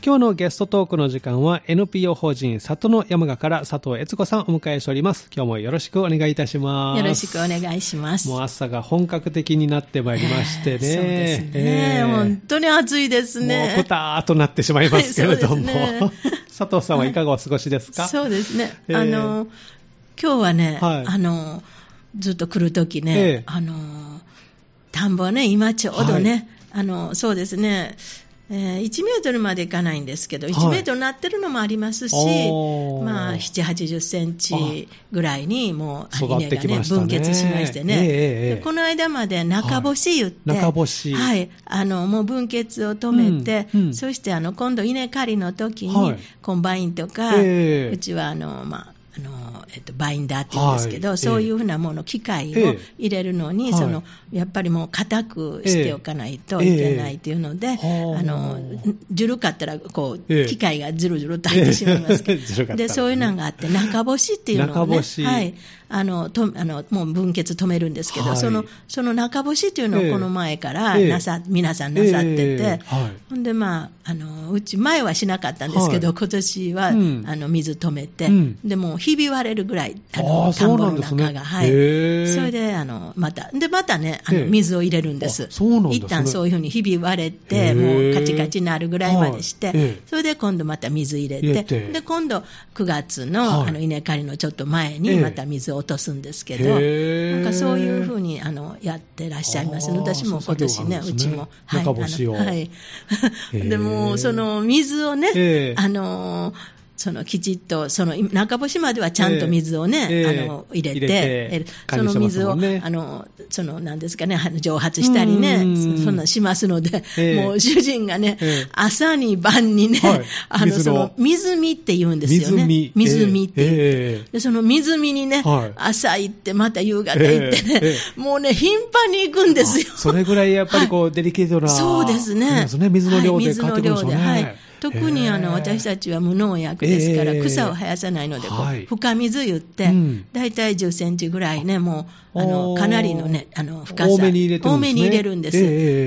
今日のゲストトークの時間は NPO 法人里の山賀から佐藤悦子さんをお迎えしております。今日もよろしくお願いいたします。 よろしくお願いします。 もう朝が本格的になってまいりましてね。 そうですね、本当に暑いですね。 もうくたーっとなってしまいますけれども、 はい佐藤さんはいかがお過ごしですか？ そうですね、今日はね、ずっと来るときね、田んぼはね、今ちょうどね、そうですね、1メートルまでいかないんですけど、1メートルになってるのもありますし、まあ、7、80センチぐらいにもう稲がね、分結しましてね、でこの間まで中干し言って、もう分結を止めて、そして今度稲刈りの時に、コンバインとか、うちはバインダーって言うんですけど、そういうふうなもの、機械を入れるのに、やっぱりもう硬くしておかないといけないというので、ずるかったらこう、機械がずるずると入ってしまいますけど、でそういうのがあって、中干しっていうのをね、もう分結止めるんですけど、その中干しっていうのをこの前から皆さんなさってて、ほんでうち前はしなかったんですけど、今年は水止めて、でもうひび割れるぐらい田んぼの中が、それでまたね水を入れるんです。一旦そういうふうにひび割れて、もうカチカチになるぐらいまでして、それで今度また水入れて、で今度9月の稲刈りのちょっと前にまた水を落とすんですけど、なんかそういうふうにやってらっしゃいますので、私も今年ね、うちも中干しを、 でもその水をね、きちっと中干しまではちゃんと水をね、入れて、その水を何ですかね、蒸発したりね、そんなしますので、もう主人がね、朝に晩にね、その水見って言うんですよね。水見ってでその水見にね、朝行ってまた夕方行ってね、もうね頻繁に行くんですよ。 それぐらいやっぱりこう、デリケートな、 そうですね、 水の量で変わってくるんでしょうね。 特に私たちは無農薬ですから、草を生やさないので、深水言って、だいたい10センチぐらいね、もうかなりのね、深さ多めに入れるんです。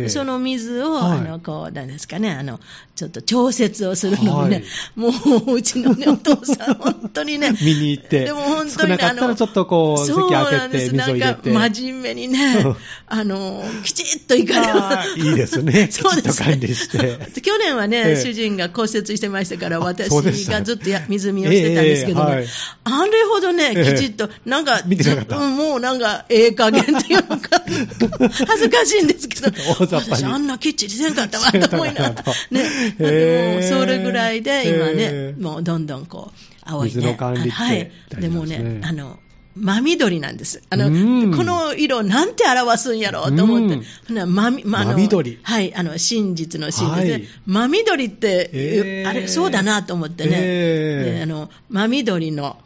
その水をこうなんですかね、ちょっと調節をするのにね、もううちのねお父さん本当にね見に行って、 でも本当に少なかったらちょっとこう席開けて水を入れて、 なんか真面目にねきちっと行かれる。 いいですね。きちっと管理して。 去年はね、主人が骨折してましたから、私がずっと水見をしてたんですけどね、あれほどね、きちっと、なんか、もうなんか、加減っていうのか、恥ずかしいんですけど、私、あんなきっちりせんかったわ、と思いながら、ね。でも、それぐらいで、今ね、もうどんどんこう、青いね。 水の管理って。 でもね、真緑なんです。この色なんて表すんやろうと思って。真緑。 はい、真実の真ですね。真緑って、あれ、そうだなと思ってね。真緑の、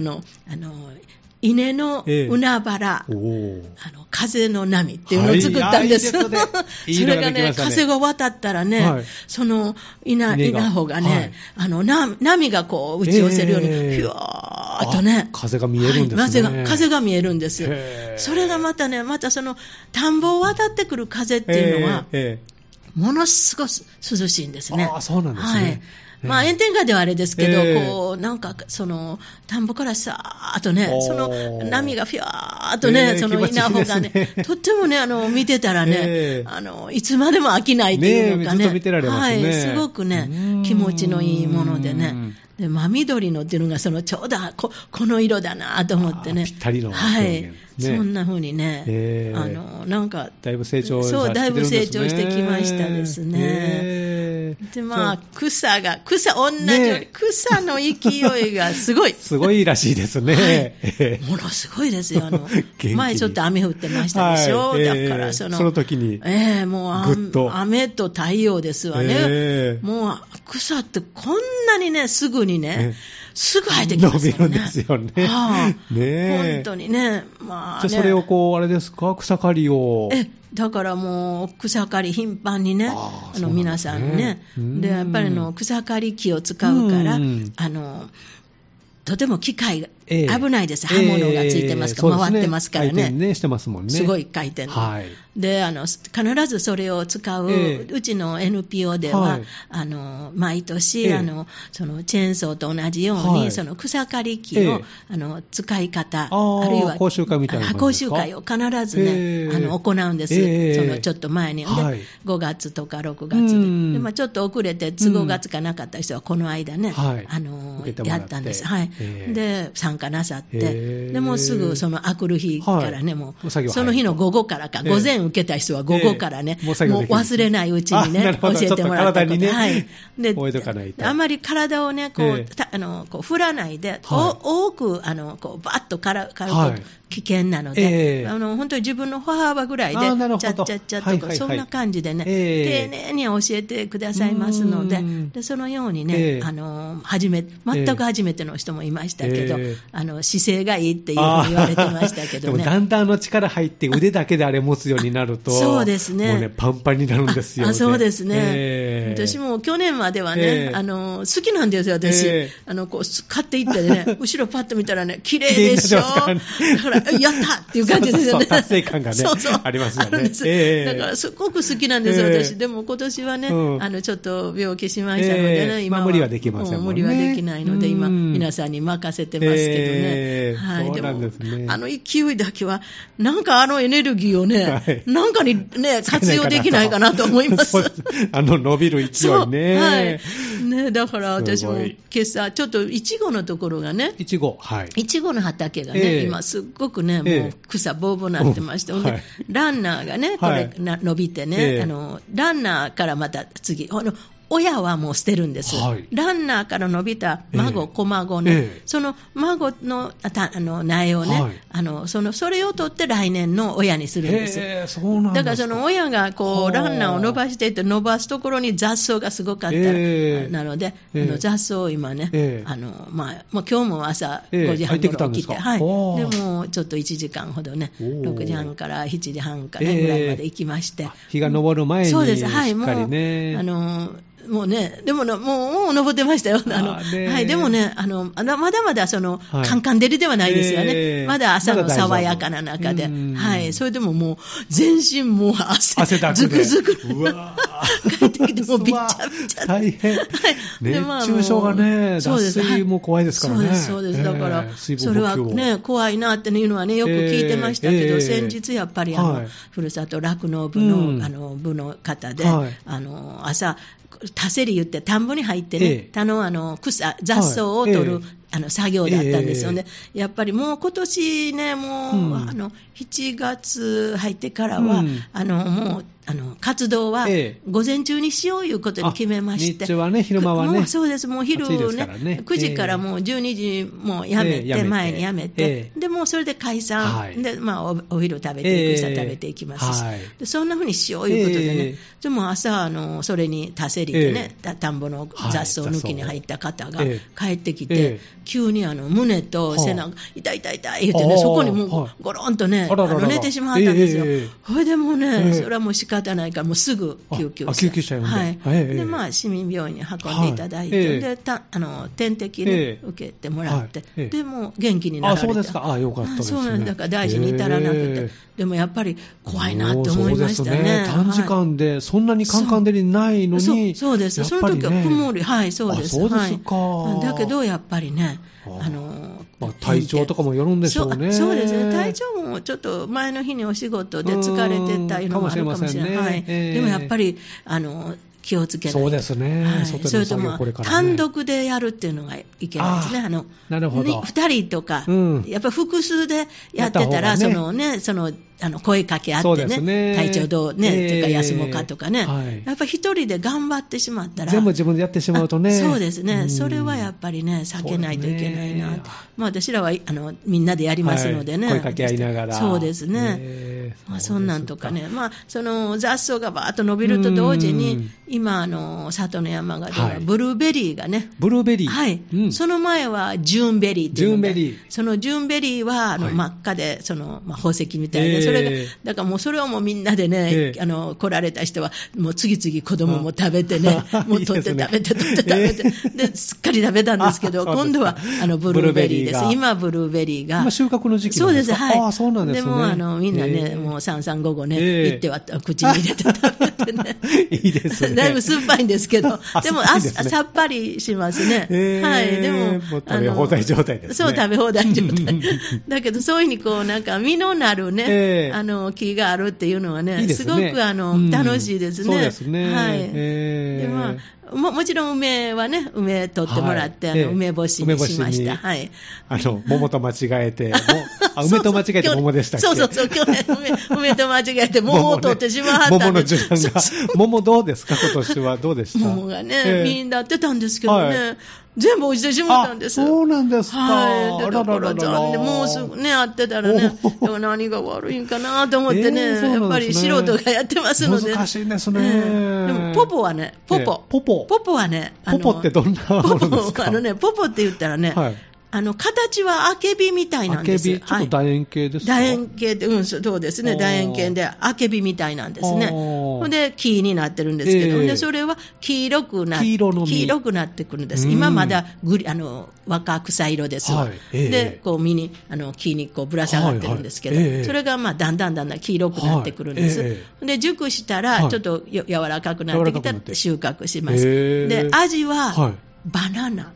稲の海原、風の波っていうのを作ったんです。それがね、風が渡ったらね、その稲穂がね、波がこう打ち寄せるように、ひわーっとね。 風が見えるんですね。 風が見えるんです。それがまたね、その田んぼを渡ってくる風っていうのは、ものすごく涼しいんですね。 そうなんですね。 炎天下ではあれですけど、こうなんか田んぼからさーっとね、その波がフィワーっとね、その稲穂がね、とってもね見てたらね、いつまでも飽きないっていうのかね、 ずっと見てられますね。 すごくね気持ちのいいものでね。で真緑のっていうのがちょうどこの色だなと思ってね。 ぴったりの表現。 そんな風にね、なんかだいぶ成長してきてるんですね。そう、 だいぶ成長してきましたですね。で草同じように草の勢いがすごいすごいらしいですね。 ものすごいですよ。前ちょっと雨降ってましたでしょ。だからその時にもう雨と太陽ですわね。もう草ってこんなにねすぐにね。すぐ生えてきますよね。 伸びるんですよね。 本当にね。 じゃあそれをこうあれですか、草刈りを。 だからもう草刈り頻繁にね、皆さんね。でやっぱり草刈り機を使うから、とても機械危ないです。刃物がついてますから、回ってますからね。 回転ね、してますもんね。 すごい回転。 はい。 で、必ずそれを使う、うちの NPO では、はい、毎年、そのチェーンソーと同じように、はい、その草刈り機の、使い方、あるいは、 講習会みたいな講習会を必ずね、行うんです。そのちょっと前に、はい、5月とか6月で。で、ちょっと遅れて、都合がつかなかった人は、この間ね、やったんです。はい。で、参加なさって、でもうすぐそのあくる日からね、もう、その日の午後からか、午前受けた人は午後からね、もう忘れないうちにね、教えてもらったこと。はい。で、あまり体をね、こう振らないで、多く、こう、バッと軽く、危険なので、本当に自分の歩幅ぐらいで、ちゃっちゃっちゃっとか、そんな感じでね、丁寧に教えてくださいますので、でそのようにね、全く初めての人もいましたけど、姿勢がいいっていうふうに言われてましたけどね。 でもだんだん力入って腕だけであれ持つようになると、 そうですね。 もうね、パンパンになるんですよ。 そうですね。私も去年まではね、好きなんですよ、私。こう、買っていってね、後ろパッと見たらね、綺麗でしょ。だからやったっていう感じですよね。 達成感がね、ありますよね。だからすごく好きなんですよ、私。でも今年はね、ちょっと病気しましたのでね、今は。 無理はできませんもんね。 無理はできないので、今、皆さんに任せてますけどね。はい。 そうなんですね。 勢いだけは、なんかエネルギーをね、なんかにね、活用できないかなと思います。 伸びる勢いね。 はい。ね、だから私も今朝、ちょっとイチゴのところがね、 イチゴの畑がね、今すっごくね、もう草ぼうぼうになってまして、ランナーがね、これ伸びてね、ランナーからまた次、親はもう捨てるんです。ランナーから伸びた孫、小孫ね、その孫の苗をね、それを取って来年の親にするんです。 そうなんですか。 だからその親がこう、ランナーを伸ばしていって伸ばすところに雑草がすごかったなので、雑草を今ね、もう今日も朝5時半頃起きて、でもちょっと1時間ほどね、6時半から7時半かね、ぐらいまで行きまして。 日が昇る前にしっかりね。 もうね、でももう登ってましたよ。はい、でもね、まだまだカンカン照りではないですよね。まだ朝の爽やかな中で。はい、それでももう、全身もう汗だくで。ずくずく。帰ってきてもうびっちゃびちゃ。 大変。熱中症がね、脱水も怖いですからね。 そうです。だから、それはね、怖いなっていうのはね、よく聞いてましたけど、先日やっぱりふるさと酪農部の部の方で、朝、田せり言って田んぼに入ってね、田の雑草を取る、作業だったんですよね。やっぱりもう今年ね、もう、7月入ってからは、もう、活動は午前中にしよういうことに決めまして。 日中はね、昼間はね。 もうそうです。もう昼ね、9時からもう12時もやめて、前にやめて、で、もうそれで解散、で、お昼食べて、草食べていきますし、でそんな風にしよういうことでね、でも朝、それに田せりでね、田んぼの雑草抜きに入った方が帰ってきて、急に胸と背中、痛い言ってね、そこにもうゴロンとね、寝てしまったんですよ。それでもね、それはもう仕方ないから、もうすぐ救急車呼んで。はい。で、市民病院に運んでいただいて、で、点滴ね、受けてもらって、で、もう元気になられて。 そうですか。よかったですね。 そうなんだから大事に至らなくて。でもやっぱり怖いなって思いましたね。 短時間で、そんなにカンカン照りないのに。 そうです。その時は曇り。はい、そうです。 そうですか。 だけど、やっぱりね、 体調とかもよるんでしょうね。 そうですね。体調もちょっと前の日にお仕事で疲れてたいうのもあるかもしれない。はい。でもやっぱり、気をつけないと。 そうですね。 それとも、単独でやるっていうのがいけないですね。 なるほど。 2人とか、やっぱり複数でやってたら、声かけ合ってね、体調どうね、というか休もうかとかね、やっぱり一人で頑張ってしまったら、 全部自分でやってしまうとね。 そうですね。それはやっぱりね、避けないといけないな。私らはみんなでやりますのでね。 声かけ合いながら。 そうですね。そんなんとかね。雑草がバーッと伸びると同時に、今、里の山形はブルーベリーがね。 ブルーベリー。 はい。その前はジューンベリーっていうので。そのジューンベリーは、真っ赤で、宝石みたいで、 それがだからもうそれをもうみんなでね、来られた人はもう次々子供も食べてね、もう取って食べて取って食べて、ですっかり食べたんですけど、今度はブルーベリーです。今ブルーベリーが今収穫の時期なんですか？ そうです。はい。 そうなんですね。 でもみんなね、もう335ね、行っては口に入れて食べてね。 いいですね。 だいぶ酸っぱいんですけど、でもさっぱりしますね。はい。でも食べ放題状態ですね。 そう、食べ放題状態。だけどそういうふうにこうなんか実のなるね、木があるっていうのはね、すごく楽しいですね。 そうですね。 はい。でもちろん梅はね、梅取ってもらって、梅干しにしました。はい。 桃と間違えて、梅と間違えて桃でしたっけ？ そう、去年梅と間違えて桃を取ってしまったんで。 桃の受難が。桃どうですか？今年はどうでした？ 桃がね、実になってたんですけどね、全部落ちてしまったんです。 そうなんですか。 はい。だから残念。もうすぐね、会ってたらね、でも何が悪いんかなと思ってね、やっぱり素人がやってますので。 難しいですね。 でもポポはね、ポポはね、 ポポってどんなものですか？ ポポって言ったらね、形はアケビみたいなんです。 アケビ、ちょっと楕円形ですか？ 楕円形で、そうですね、楕円形でアケビみたいなんですね。ほんで、木になってるんですけど、でそれは黄色くなってくるんです。今まだ若草色です。で、こう木にこうぶら下がってるんですけど、それがだんだん黄色くなってくるんです。で、熟したらちょっと柔らかくなってきたら収穫します。で、味はバナナ。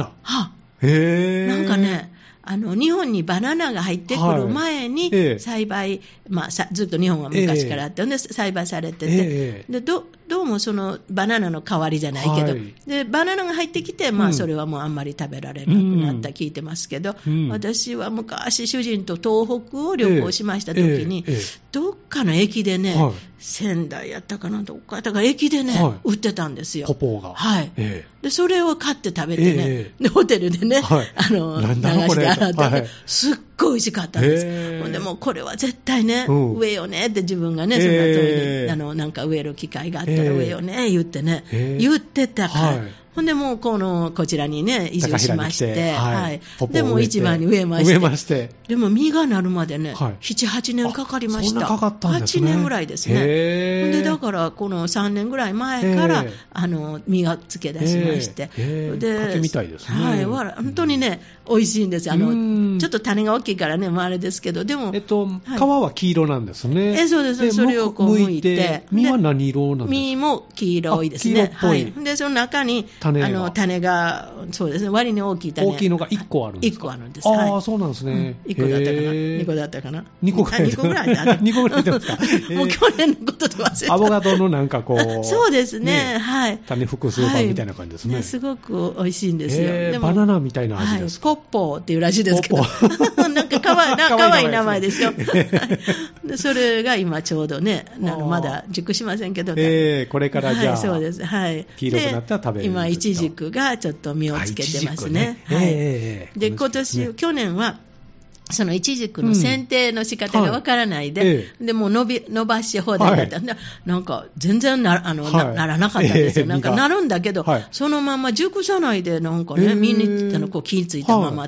なんかね、日本にバナナが入ってくる前に栽培、ずっと日本は昔からあって、栽培されてて、でどうもそのバナナの代わりじゃないけど、でバナナが入ってきて、それはもうあんまり食べられなくなった聞いてますけど、私は昔主人と東北を旅行しました時に、どっかの駅でね、仙台やったかな、どっかやったか駅でね、売ってたんですよ。 ポポが。 はい。でそれを買って食べてね、でホテルでね、流して洗って、すっごい美味しかったんです。でもこれは絶対ね、植えよねって自分がね、そんな通りになんか植える機会があったら植えよね言ってね、言ってたから。ほんでもうこちらにね移住しまして、でも市場に植えまして、でも実がなるまでね、7、8年かかりました。 そんなかかったんですね。 8年ぐらいですね。でだからこの3年ぐらい前から実がつけ出しまして、 で柿みたいですね。 本当にね美味しいんです。ちょっと種が大きいからね、あれですけど、でも皮は黄色なんですね。 そうです。それをこう剥いて、 実は何色なんですか？ 実も黄色いですね。でその中に種がそうですね、割に大きい種。 大きいのが1個あるんですか？ 1個あるんです。 そうなんですね。 1個だったかな、2個だったかな。 2個ぐらい。2個ぐらいですか？ もう去年のことで忘れた。 アボカドのなんかこう。 そうですね。はい。 種複数版みたいな感じですね。 すごく美味しいんですよ。でもバナナみたいな味ですか？ ポッポーっていうらしいですけど。なんかかわいい名前ですよ。でそれが今ちょうどね、まだ熟しませんけどね。 これからじゃあ。 そうです。はい。 黄色くなったら食べる。 今イチジクがちょっと実をつけてますね。で去年はそのイチジクの剪定の仕方がわからないで、でもう伸ばし放題だった。なんか全然ならなかったんですよ。なんかなるんだけど、そのまま熟さないでなんかね、実にこう木ついたままって。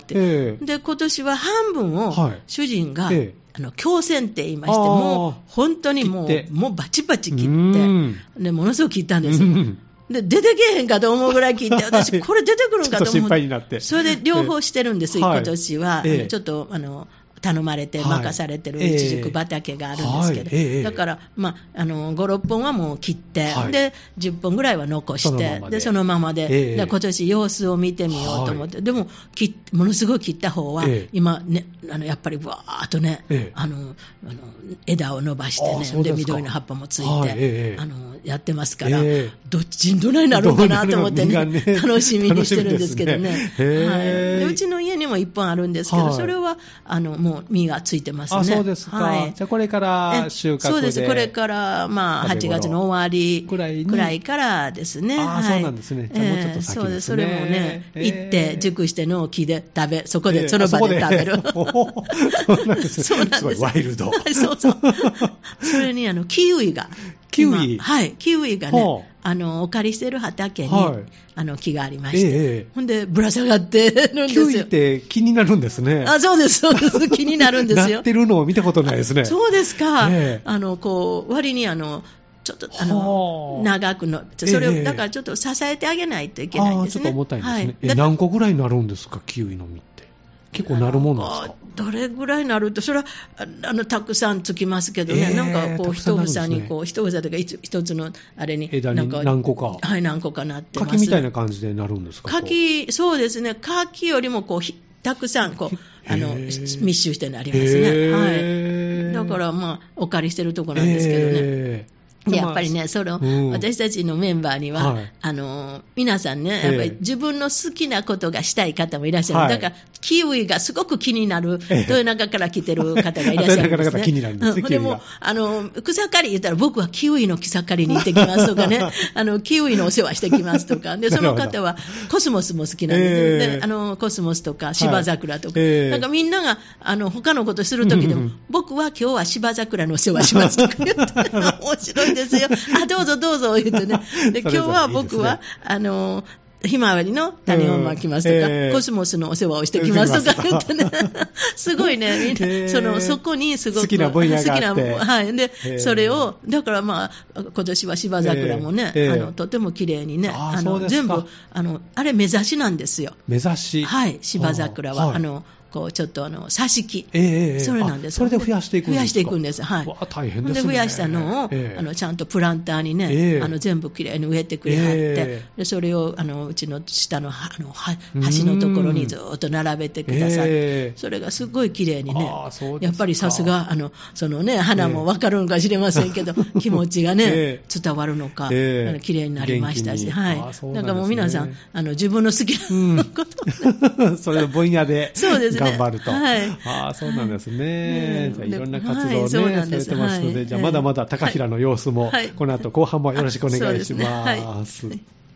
で今年は半分を主人が強剪定言いまして、もう本当にもうバチバチ切ってでものすごく切ったんです。で出てけへんかと思うぐらい聞いて、私これ出てくるんかと思って、 心配になって、 それで両方してるんです、今年は。ちょっと頼まれて任されてるイチジク畑があるんですけど、だから、5、6本はもう切って、で10本ぐらいは残して、そのままで、今年様子を見てみようと思って、でもものすごい切った方は、今、ね、やっぱりわーっとね、枝を伸ばしてね、で緑の葉っぱもついて、やってますから、どっちにどないなるのかなと思ってね、楽しみにしてるんですけどね。でうちの家にも1本あるんですけど、それはもう実がついてますね。 そうですか。じゃあこれから収穫で。 そうです。これから8月の終わりくらいからですね。 そうなんですね。じゃあもうちょっと先ですね。 そうです。それもね、行って熟してのを木で食べ、そこでその場で食べる。 そうなんですね。 そうなんです。 すごいワイルド。 そう。それにキウイが。 キウイがね、 お借りしてる畑に、木がありまして、ほんでぶら下がってるんですよ。 キウイって気になるんですね。 そうですそうです、気になるんですよ。 なってるのを見たことないですね。 そうですか。割にちょっと長くの、それをだからちょっと支えてあげないといけないんですね。 ちょっと重たいんですね。何個ぐらいになるんですか、キウイの実って。結構なるもんなんですか。 どれぐらいになると、それはたくさんつきますけどね、なんかこう一房に一房とか一つのあれに枝に何個か、 何個かなってます。 柿みたいな感じでなるんですか。 そうですね。柿よりもたくさん密集してなりますね。だからお借りしてるとこなんですけどね。やっぱりね、私たちのメンバーには、皆さんね、やっぱり自分の好きなことがしたい方もいらっしゃる。だから、キウイがすごく気になる、豊中から来てる方がいらっしゃるんですね。 気になるんですね。 でも、草刈り言ったら、僕はキウイの草刈りに行ってきますとかね、キウイのお世話してきますとか、で、その方はコスモスも好きなんです。で、コスモスとか芝桜とか、なんかみんなが、他のことするときでも、僕は今日は芝桜のお世話しますとか言って、面白いですよ。どうぞどうぞ言ってね。で、今日は僕は、ひまわりの種をまきますとか、コスモスのお世話をしてきますとか言ってね。すごいね、みんな、そこにすごく好きな分野があって。 はい。で、それを、だから今年は芝桜もね、とても綺麗にね、全部、あれ目指しなんですよ。 目指し。 はい、芝桜は。ちょっと挿し木、それなんです。 それで増やしていくんですか。 増やしていくんです。はい。 大変ですね。 で増やしたのを、ちゃんとプランターにね、全部きれいに植えてくれはって、でそれをうちの下の端のところにずっと並べてください。それがすごいきれいにね、やっぱりさすがそのね花も分かるのかもしれませんけど、気持ちがね伝わるのか、きれいになりましたし、はい。なんかもう皆さん自分の好きなこと、 それの分野で。そうですね。頑張ると。 はい。 そうなんですね。じゃあいろんな活動をね、されてますので、じゃあまだまだ高平の様子も、この後後半もよろしくお願いします。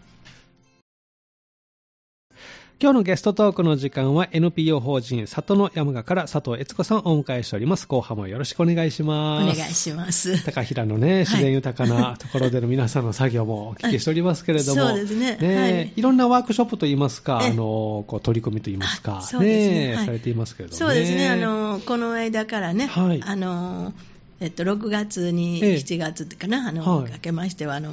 今日のゲストトークの時間は NPO 法人里の山賀から佐藤悦子さんをお迎えしております。後半もよろしくお願いします。 お願いします。 高平のね、自然豊かなところでの皆さんの作業もお聞きしておりますけれども、 そうですね。 いろんなワークショップといいますか、取り組みといいますか、されていますけれどもね。 そうですね。この間からね、6月に7月かな、かけましては、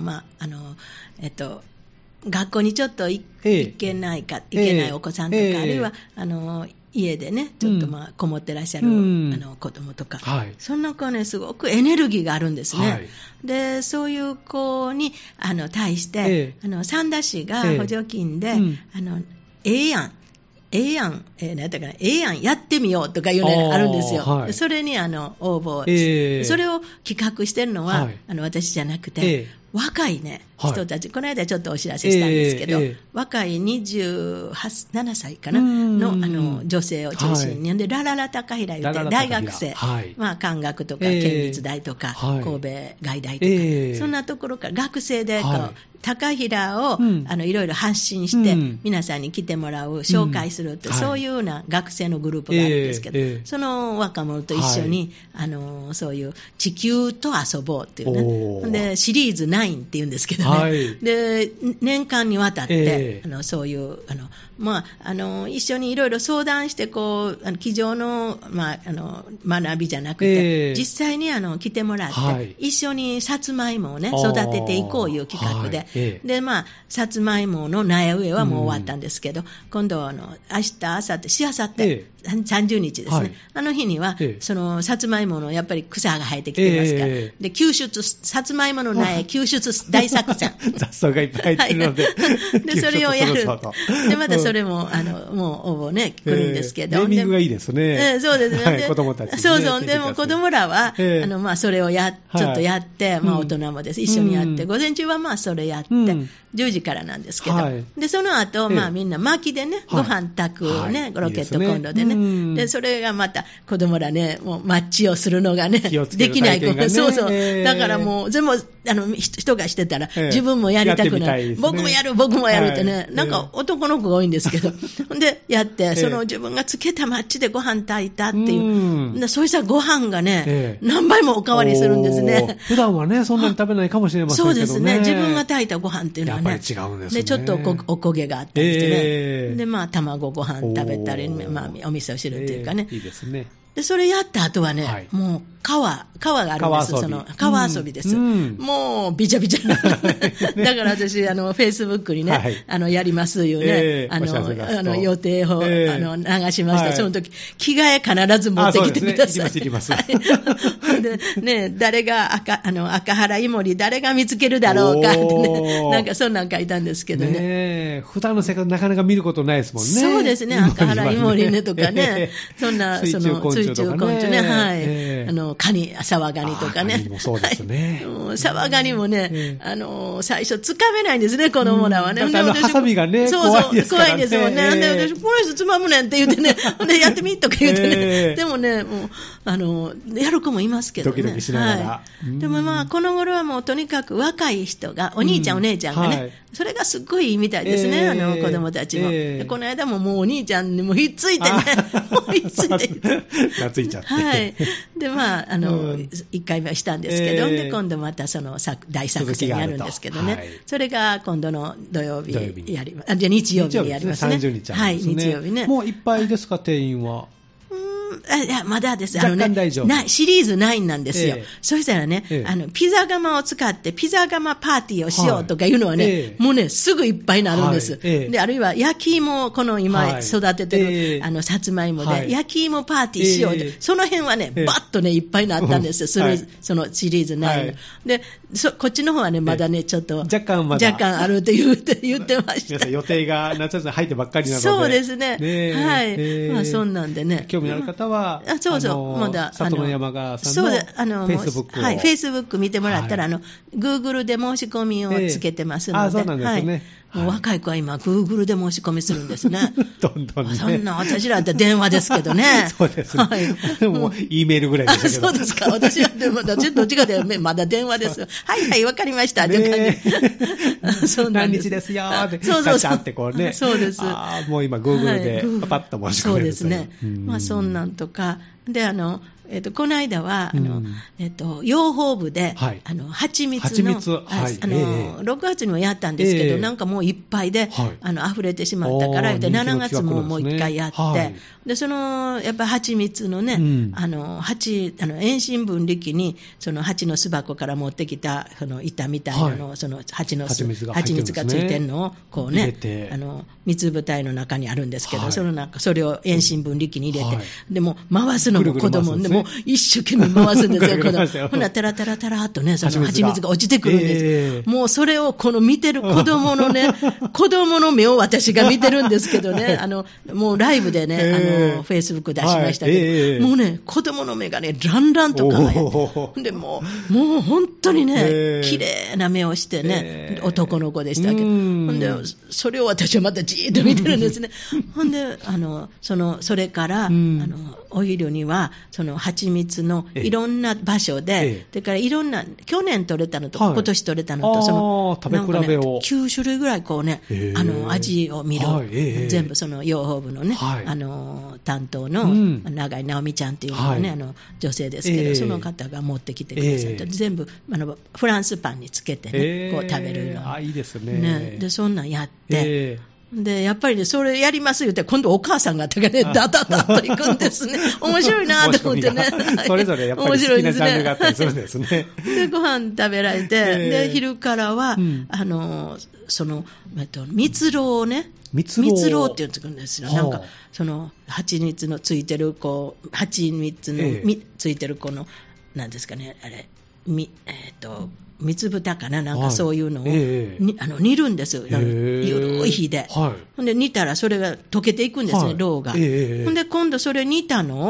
学校にちょっと行けないお子さんとか、あるいは家でねちょっとこもってらっしゃる子供とか、そんな子はねすごくエネルギーがあるんですね。でそういう子に対して三田市が補助金でええやん何やったかな、やってみようとかいうのがあるんですよ。それに応募して、それを企画してるのは私じゃなくて、若いね人たち、この間ちょっとお知らせしたんですけど、若い27歳かなの女性を中心に、でラララ高平言って大学生、漢学とか県立大とか神戸外大とか、そんなところから学生で高平をいろいろ発信して皆さんに来てもらう、紹介するって、そういうような学生のグループがあるんですけど、その若者と一緒にそういう地球と遊ぼうっていうね、でシリーズ9っていうんですけどね、で年間にわたってそういう一緒にいろいろ相談して机上の学びじゃなくて、実際に来てもらって一緒にさつまいもをね育てていこういう企画で、でさつまいもの苗植えはもう終わったんですけど、今度明日明後日しあさって30日ですね、あの日にはそのさつまいものやっぱり草が生えてきてますから、で救出さつまいもの苗救出大作戦雑草がいっぱい入ってるので、 でそれをやる。でまたそれももう応募ね来るんですけど、 ネーミングがいいですね。 そうですね。 子供たちね。 そうそう。でも子供らはそれをちょっとやって、大人もです一緒にやって、午前中はそれやって10時からなんですけど、でその後みんな薪でねご飯炊くねロケットコンロでね、でそれがまた子供らねもうマッチをするのがねできない子、そうそう。だからもう全部一人がしてたら、自分もやりたくない。僕もやるってね、なんか男の子が多いんですけど。で、やって、その自分がつけたマッチでご飯炊いたっていう。そうしたらご飯がね、何倍もおかわりするんですね。 普段はね、そんなに食べないかもしれませんけどね。 そうですね。自分が炊いたご飯っていうのはね。 やっぱり違うんですね。 で、ちょっとお焦げがあったりしてね。で、まあ、卵ご飯食べたり、まあ、お味噌汁っていうかね。 いいですね。 で、それやった後はね、もう川があるんです。川遊びです。もう、びちゃびちゃ。だから私、フェイスブックにね、やりますよね。予定を、流しました。その時、着替え必ず持ってきてください。 いります。 で、ね、誰が赤原イモリ、誰が見つけるだろうかってね、なんかそんなん書いたんですけどね。 普段の生活なかなか見ることないですもんね。 そうですね、赤原イモリねとかね、そんな、水中昆虫ね、はい。カニ、サワガニとかね。 カニもそうですね。 サワガニもね、最初つかめないんですね、子供らはね。 ハサミがね、怖いですからね。 怖いんですもんね。で、私、この人つまむねんって言ってね、で、やってみとか言ってね。でもね、もう、やる子もいますけどね。 ドキドキしながら。 でもまあ、この頃はもうとにかく若い人が、お兄ちゃんお姉ちゃんがね、それがすっごいいいみたいですね、子供たちも。この間ももうお兄ちゃんにもひっついてね、もうひっついて。 懐いちゃって。 はい。で、まあ、1回目はしたんですけど、で、今度またその大作戦やるんですけどね。それが今度の土曜日やります。じゃあ日曜日にやりますね。 30日はい、日曜日ね。 もういっぱいですか、定員は。 いや、まだです。 若干大丈夫。 シリーズ9なんですよ。そしたらね、ピザ窯を使ってピザ窯パーティーをしようとかいうのはね、もうね、すぐいっぱいになるんです。で、あるいは焼き芋をこの今育ててる、さつまいもで、焼き芋パーティーしようって、その辺はね、バッとね、いっぱいになったんですよ。そのシリーズ9の。で、こっちの方はね、まだね、ちょっと、若干あるって言ってました。 皆さん予定が夏休み入ってばっかりなので。 そうですね。はい。まあ、そんなんでね。 興味のある方は、 そうそう、まだ、 里の山川さんのフェイスブックを。 はい、フェイスブック見てもらったら、Google で申し込みをつけてますので。 そうなんですね。 もう若い子は今、Google で申し込みするんですね。 どんどんね。 そんな、私らって電話ですけどね。 そうですね。はい。もう、E メールぐらいでしたけど。 そうですか。私はどっちかでまだ電話です。はいはい、わかりました。っていう感じ。そうなんです。 何日ですよーって。 そうガチャってこうね。 そうです。 もう今、Google でパパッと申し込める。 そうですね。まあ、そんなんとか。で、この間は、養蜂部で、蜂蜜の、6月にもやったんですけど、なんかもういっぱいで、溢れてしまったから、7月ももう一回やって、で、やっぱり蜂蜜のね、遠心分離機に、その蜂の巣箱から持ってきた、板みたいなのを、その蜂蜜がついてるのを、こうね、蜜舞台の中にあるんですけど、それを遠心分離機に入れて、でも回すのも子供でもう一生懸命回すんですよ、子供。ほな、タラタラタラっとね、その蜂蜜が落ちてくるんです。もうそれをこの見てる子供のね、子供の目を私が見てるんですけどね、もうライブでね、フェイスブック出しましたけど、もうね、子供の目がね、ランランと輝いて、で、もう本当にね、綺麗な目をしてね、男の子でしたけど、ほんで、それを私はまたじーっと見てるんですね。ほんで、それから、お昼には、その蜂蜜のいろんな場所で、それからいろんな、去年取れたのと、今年取れたのと、 食べ比べを。 9種類ぐらいこうね、味を見る、全部その養蜂部のね、担当の永井直美ちゃんっていうのがね、女性ですけど、その方が持ってきてくださって、全部フランスパンにつけてね、こう食べるの。 いいですね。 で、そんなんやって、で、やっぱりね、それやります言って、今度お母さんがね、ダダダッと行くんですね。面白いなと思ってね。 それぞれやっぱり好きなジャンルがあったりするんですね。 で、ご飯食べられて、で、昼からは、蜜蝋をね、蜜蝋って言うんですよ。なんか、蜂蜜のついてる、蜂蜜のついてるなんですかね、あれ、蜜豚かな、なんかそういうのを、煮るんですよ、ゆるい火で。ほんで煮たらそれが溶けていくんですね、ろうが。ほんで今度それ煮たのを、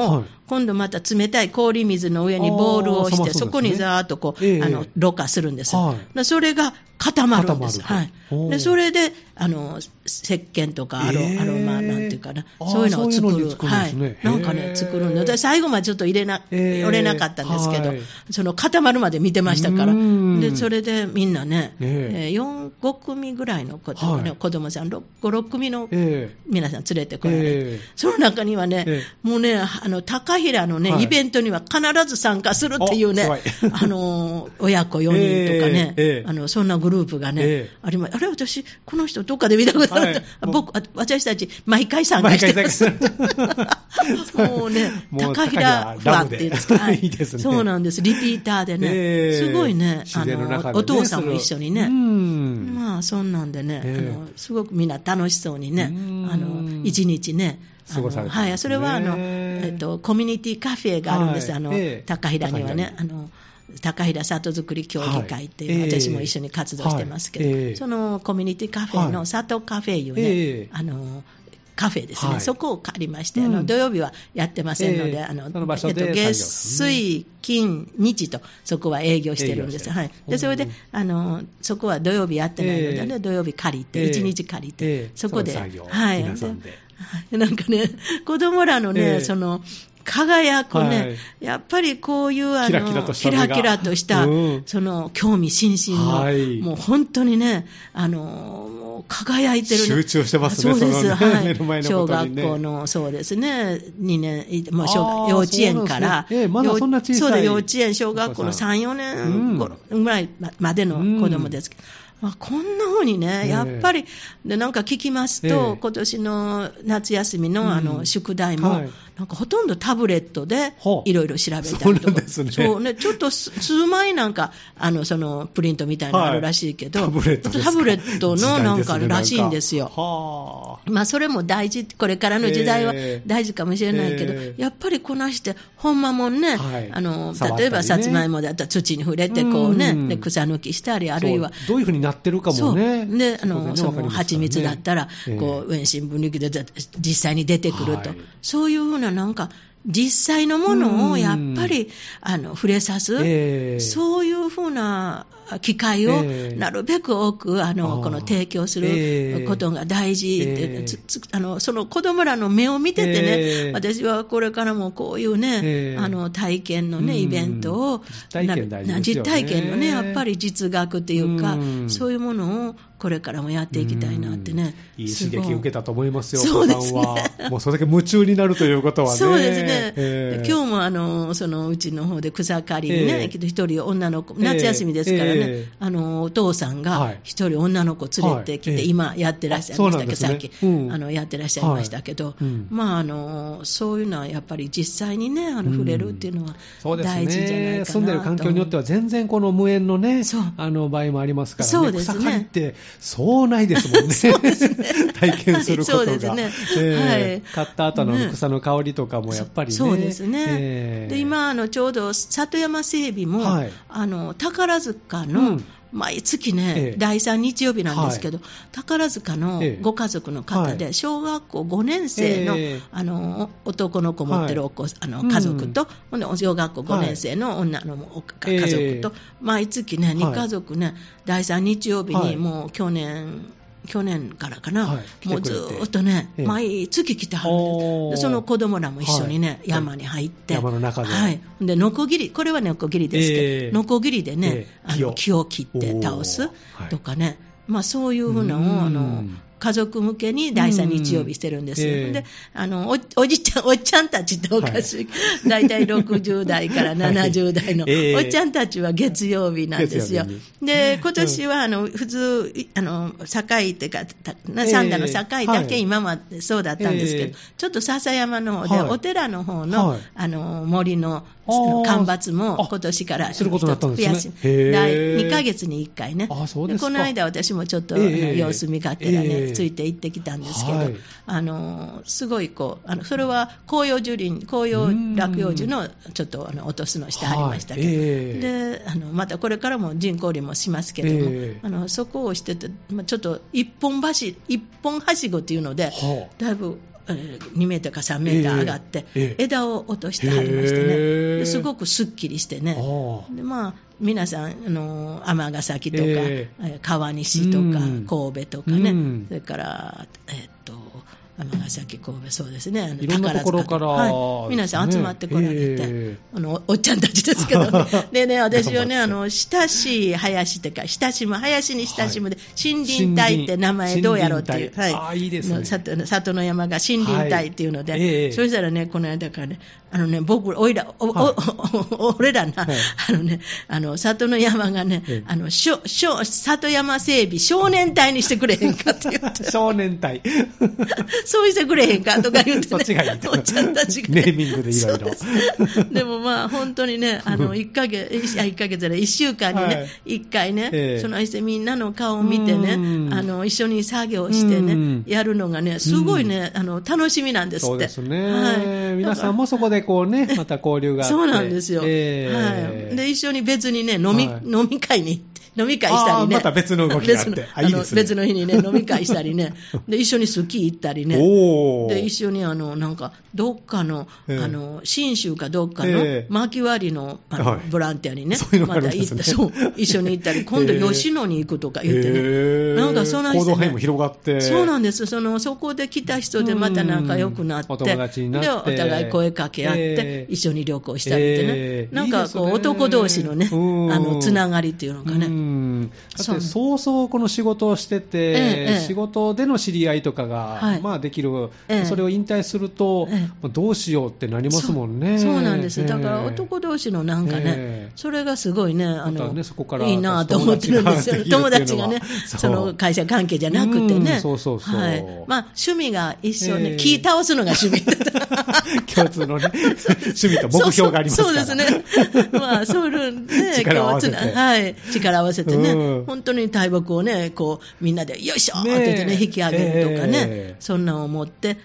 今度また冷たい氷水の上にボールをして、そこにざーっとこう、ろ過するんです。それが固まるんです。はい。で、それで、石鹸とかアロマなんていうかな、そういうのを作る。はい。なんかね、作るんで、私最後までちょっと寄れなかったんですけど、その固まるまで見てましたから。で、それでみんなね、5組ぐらいの子供さん、5、6組の皆さん連れてこられて、その中にはね、もうね、高平のね、イベントには必ず参加するっていうね、親子4人とかね、そんなグループがね、あれ、私、この人どっかで見たことある。私たち、毎回参加してます。もうね、高平ファンっていうんですか。いいですね。そうなんです。リピーターでね、すごいね、お父さんも一緒にね、まあ、そんなんでね、すごくみんな楽しそうにね、一日ね、はい、それはコミュニティカフェがあるんです、高平にはね。高平里づくり協議会っていう、私も一緒に活動してますけど、そのコミュニティカフェの里カフェいうね、カフェですね、そこを借りまして、土曜日はやってませんので、月、水、金、日とそこは営業してるんです。はい。で、それで、そこは土曜日やってないのでね、土曜日借りて、1日借りて、そこで、はい。なんかね、子供らのね、輝くね、やっぱりこういうキラキラとした、その興味津々の、もう本当にね、もう輝いてる、ね。 集中してますね、 そうです、はい。 目の前の小学校の、そうですね、2年、もう幼稚園から、 まだそんな小さい。 そうで、幼稚園、小学校の3、4年ぐらいまでの子供ですけど、こんな風にね、やっぱり、でなんか聞きますと、今年の夏休みの宿題も、なんかほとんどタブレットでいろいろ調べたりとか、そうね、ちょっと数枚なんかそのプリントみたいなのあるらしいけど、タブレットのなんかあるらしいんですよ。まあそれも大事、これからの時代は大事かもしれないけど、やっぱりこなしてほんまもんね、例えばさつまいもだったら土に触れてこうね、で草抜きしたり、あるいはどういうふうになってるかもね。 で、その蜂蜜だったら、こう、遠心分離器で実際に出てくると。そういうふうななんか、実際のものをやっぱり、触れさす、そういうふうな機会をなるべく多く、この提供することが大事で、その子供らの目を見ててね、私はこれからもこういうね、体験のね、イベントを、実体験のね、やっぱり実学っていうか、そういうものをこれからもやっていきたいなってね。 いい刺激を受けたと思いますよ、 そうですね。 もうそれだけ夢中になるということはね。 そうですね。今日もそのうちの方で草刈りにね、一人女の子、夏休みですからね、お父さんが一人女の子連れてきて、今やってらっしゃいましたけど、さっき、やってらっしゃいましたけど、まあそういうのはやっぱり実際にね、触れるっていうのは大事じゃないかなと。 住んでる環境によっては全然この無縁のね、場合もありますからね。 そうですね。 草刈りってそうないですもんね。そうですね。体験することが。そうですね。はい。買った後の草の香りとかもやっぱりね。 そうですね。で、今、ちょうど里山整備も、宝塚の、毎月ね、第3日曜日なんですけど、宝塚のご家族の方で、小学校5年生の、男の子持ってる家族と、小学校5年生の女の家族と、毎月ね、2家族ね、第3日曜日にもう去年からかな、もうずーっとね、毎月来てはるんです。その子供らも一緒にね、山に入って、 山の中で。 はい。で、ノコギリ、これはノコギリですけど、ノコギリでね、木を切って倒すとかね、まあそういうふうなのを、家族向けに第3日曜日してるんですよ。で、おっちゃんたちっておかしい。だいたい60代から70代のおっちゃんたちは月曜日なんですよ。で、今年は普通、境っていうか、三田の境だけ今までそうだったんですけど、ちょっと笹山の方で、お寺の方の、森の間伐も今年からすることになったんですね。 2ヶ月に1回ね。この間私もちょっと様子見がてらね、ついて行ってきたんですけど、すごいそれは紅葉落葉樹のちょっと落とすのしてありましたけど、でまたこれからも人工林もしますけども、そこをしてて、ちょっと一本はしごっていうので、だいぶ 2メーターか3メーター上がって、枝を落としてはりましてね、ですごくすっきりしてね、で皆さん尼崎とか、川西とか、神戸とかね、それから尼崎、神戸、そうですね、 いろんなところから、 皆さん集まってこられて、おっちゃんたちですけどね、でね、私はね、親しい林というか、林に親しむで、森林隊って名前どうやろうっていう、 いいですね、 里の山が森林隊っていうので、そしたらね、この間からね、俺らな、里の山がね、里山整備少年隊にしてくれへんかって言って。 少年隊。 そうしてくれへんかとか言ってね。 そっちがいいと。 おっちゃんたちが、 ね。ネーミングでいろいろ。 でも本当にね、1ヶ月で1週間にね、1回ね、そのみんなの顔を見てね、一緒に作業してね、やるのがね、すごいね、楽しみなんですって。そうですね。皆さんもそこでこうね、また交流があって。 そうなんですよ。で、一緒に別にね、飲み会に行って。飲み会したりね。 また別の動きがあって。 別の日にね、飲み会したりね。で、一緒にスキー行ったりね。で、一緒になんか、どっかの、信州かどっかの、薪割りの、ボランティアにね。また行って、そう、一緒に行ったり、今度吉野に行くとか言ってね。なんかその人、 行動範囲も広がって。 そうなんです。そこで来た人でまた仲良くなって。 お友達になって。 で、お互い声かけ合って、一緒に旅行したりってね。なんかこう、男同士のね、つながりっていうのかね。 だってそうそうこの仕事をしてて、仕事での知り合いとかが、できる、それを引退すると、どうしようってなりますもんね。 そうなんです。だから男同士のなんかね、それがすごいね、 そこからいいなと思ってるんですよ。友達がね、その会社関係じゃなくてね。趣味が一緒に、木倒すのが趣味。 共通のね、趣味と目標がありますから。 そうですね。そういうね、 力を合わせて。 力を合わせてね、本当に大木をね、こうみんなでよいしょって言ってね、引き上げるとかね、そんなのを持って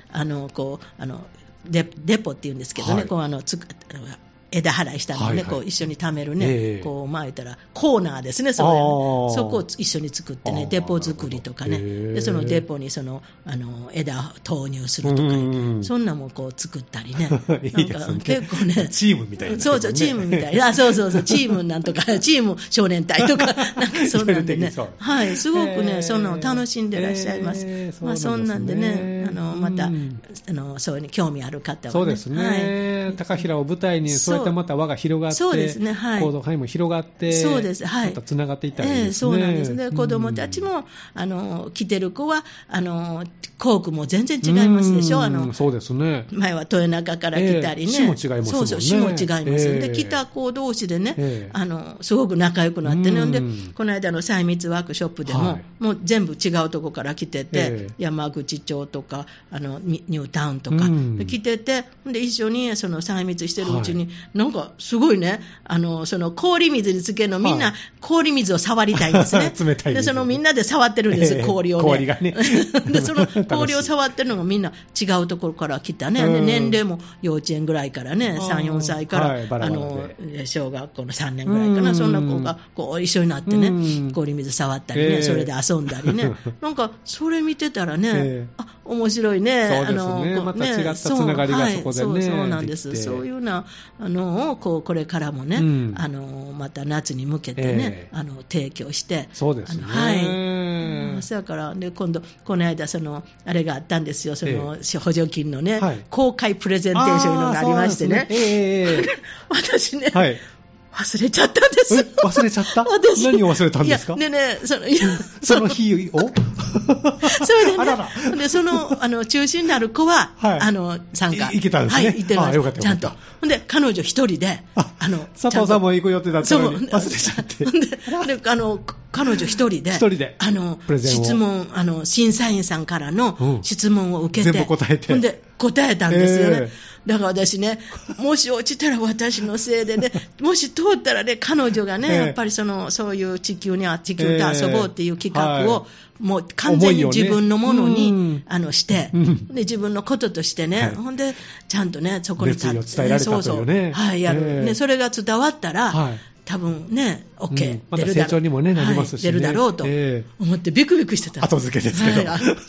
デポっていうんですけどね、枝払いしたのね、こう一緒に貯めるね、こう言ったらコーナーですね、そこを一緒に作ってね、デポ作りとかね、でそのデポに枝を投入するとか、そんなもこう作ったりね、 いいですね、結構ね、チームみたいな、 そうチームみたいな、チームなんとか、チーム少年隊とか、なんかそんなんでね、すごくね、そんなの楽しんでらっしゃいます。そんなんでね、またそういうに興味ある方はね、 そうですね、高平を舞台にそういったまた輪が広がって、 そうですね、 行動範囲も広がって、 そうです、 またつながっていったらいいですね。 そうなんですね。子どもたちも来てる子は校区も全然違いますでしょ。 そうですね。 前は豊中から来たりね。 市も違いますもんね。 そう市も違います。で来た子同士でね、すごく仲良くなってね。でこの間の細密ワークショップでも、もう全部違うとこから来てて、山口町とかニュータウンとか来てて、で一緒にその細密してるうちに、なんかすごいね、その氷水につけるのみんな氷水を触りたいんですね。 冷たいでみんなで触ってるんです、氷をね。 氷がね。 でその氷を触ってるのがみんな違うところから来たね。で年齢も幼稚園ぐらいからね、3、4歳から小学校の3年ぐらいかな、そんな子がこう一緒になってね、氷水触ったりね、それで遊んだりね。なんかそれ見てたらね、面白いね。 そうですね。また違ったつながりがそこでね。 そうなんです。そういうなをこれからもね、また夏に向けてね、提供して。 そうですね。 そやからで今度この間あれがあったんですよ。補助金のね、公開プレゼンテーションのがありましてね。私ね。忘れちゃったんです。 忘れちゃった？何を忘れたんですか？その日をそれでね、で中心になる子は、参加。 行けたんですね。 行ってます。 よかった。 ちゃんと。で、彼女一人で、 佐藤さんも行く予定だったのに忘れちゃって。 で、彼女一人で、質問、審査員さんからの質問を受けて、 全部答えて。 で、答えたんですよね。だから私ね、もし落ちたら私のせいでね、もし通ったらね、彼女がね、やっぱりそういう地球と遊ぼうっていう企画を、もう完全に自分のものに、して、で、自分のこととしてね、ほんで、ちゃんとね、そこに立って、熱意を伝えられたというね。 やる。ね、それが伝わったら、多分ね、OK、 また成長にもね、なりますしね。 出るだろうと思ってビクビクしてた。 後付けですけど。 そしたら、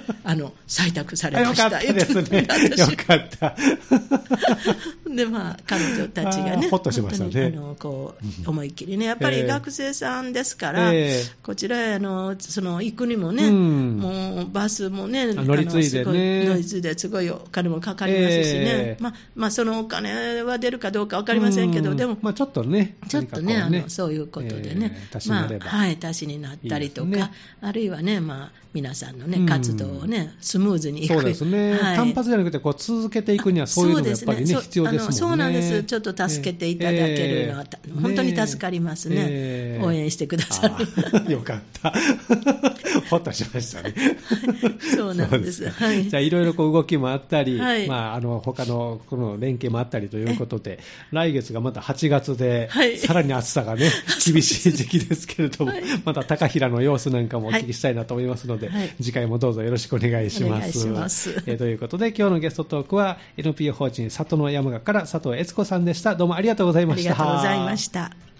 採択されました。 よかったですね。よかった。 で、彼女たちがね、 ほっとしましたね。 思いっきりね、やっぱり学生さんですから、こちらへ行くにもね、もうバスもね、 乗り継いでね、 乗り継いですごいお金もかかりますしね、そのお金は出るかどうか分かりませんけど、でも、 ちょっとね、 そういうことでね、足しになったりとか、あるいはね、皆さんのね、活動をね、スムーズにいく。 そうですね。単発じゃなくて、続けていくには、そういうのがやっぱりね、必要ですもんね。 そうなんです。ちょっと助けていただけるのは、本当に助かりますね。応援してくださる。 よかった。ほっとしましたね。 そうなんです。 じゃあ、いろいろ動きもあったり、他のこの連携もあったりということで、来月がまた8月で、さらに暑さがね、厳しい時期ですけれども、また高平の様子なんかもお聞きしたいなと思いますので、次回もどうぞよろしくお願いします。 お願いします。 ということで、今日のゲストトークは NPO 法人里の山鹿から佐藤悦子さんでした。どうもありがとうございました。 ありがとうございました。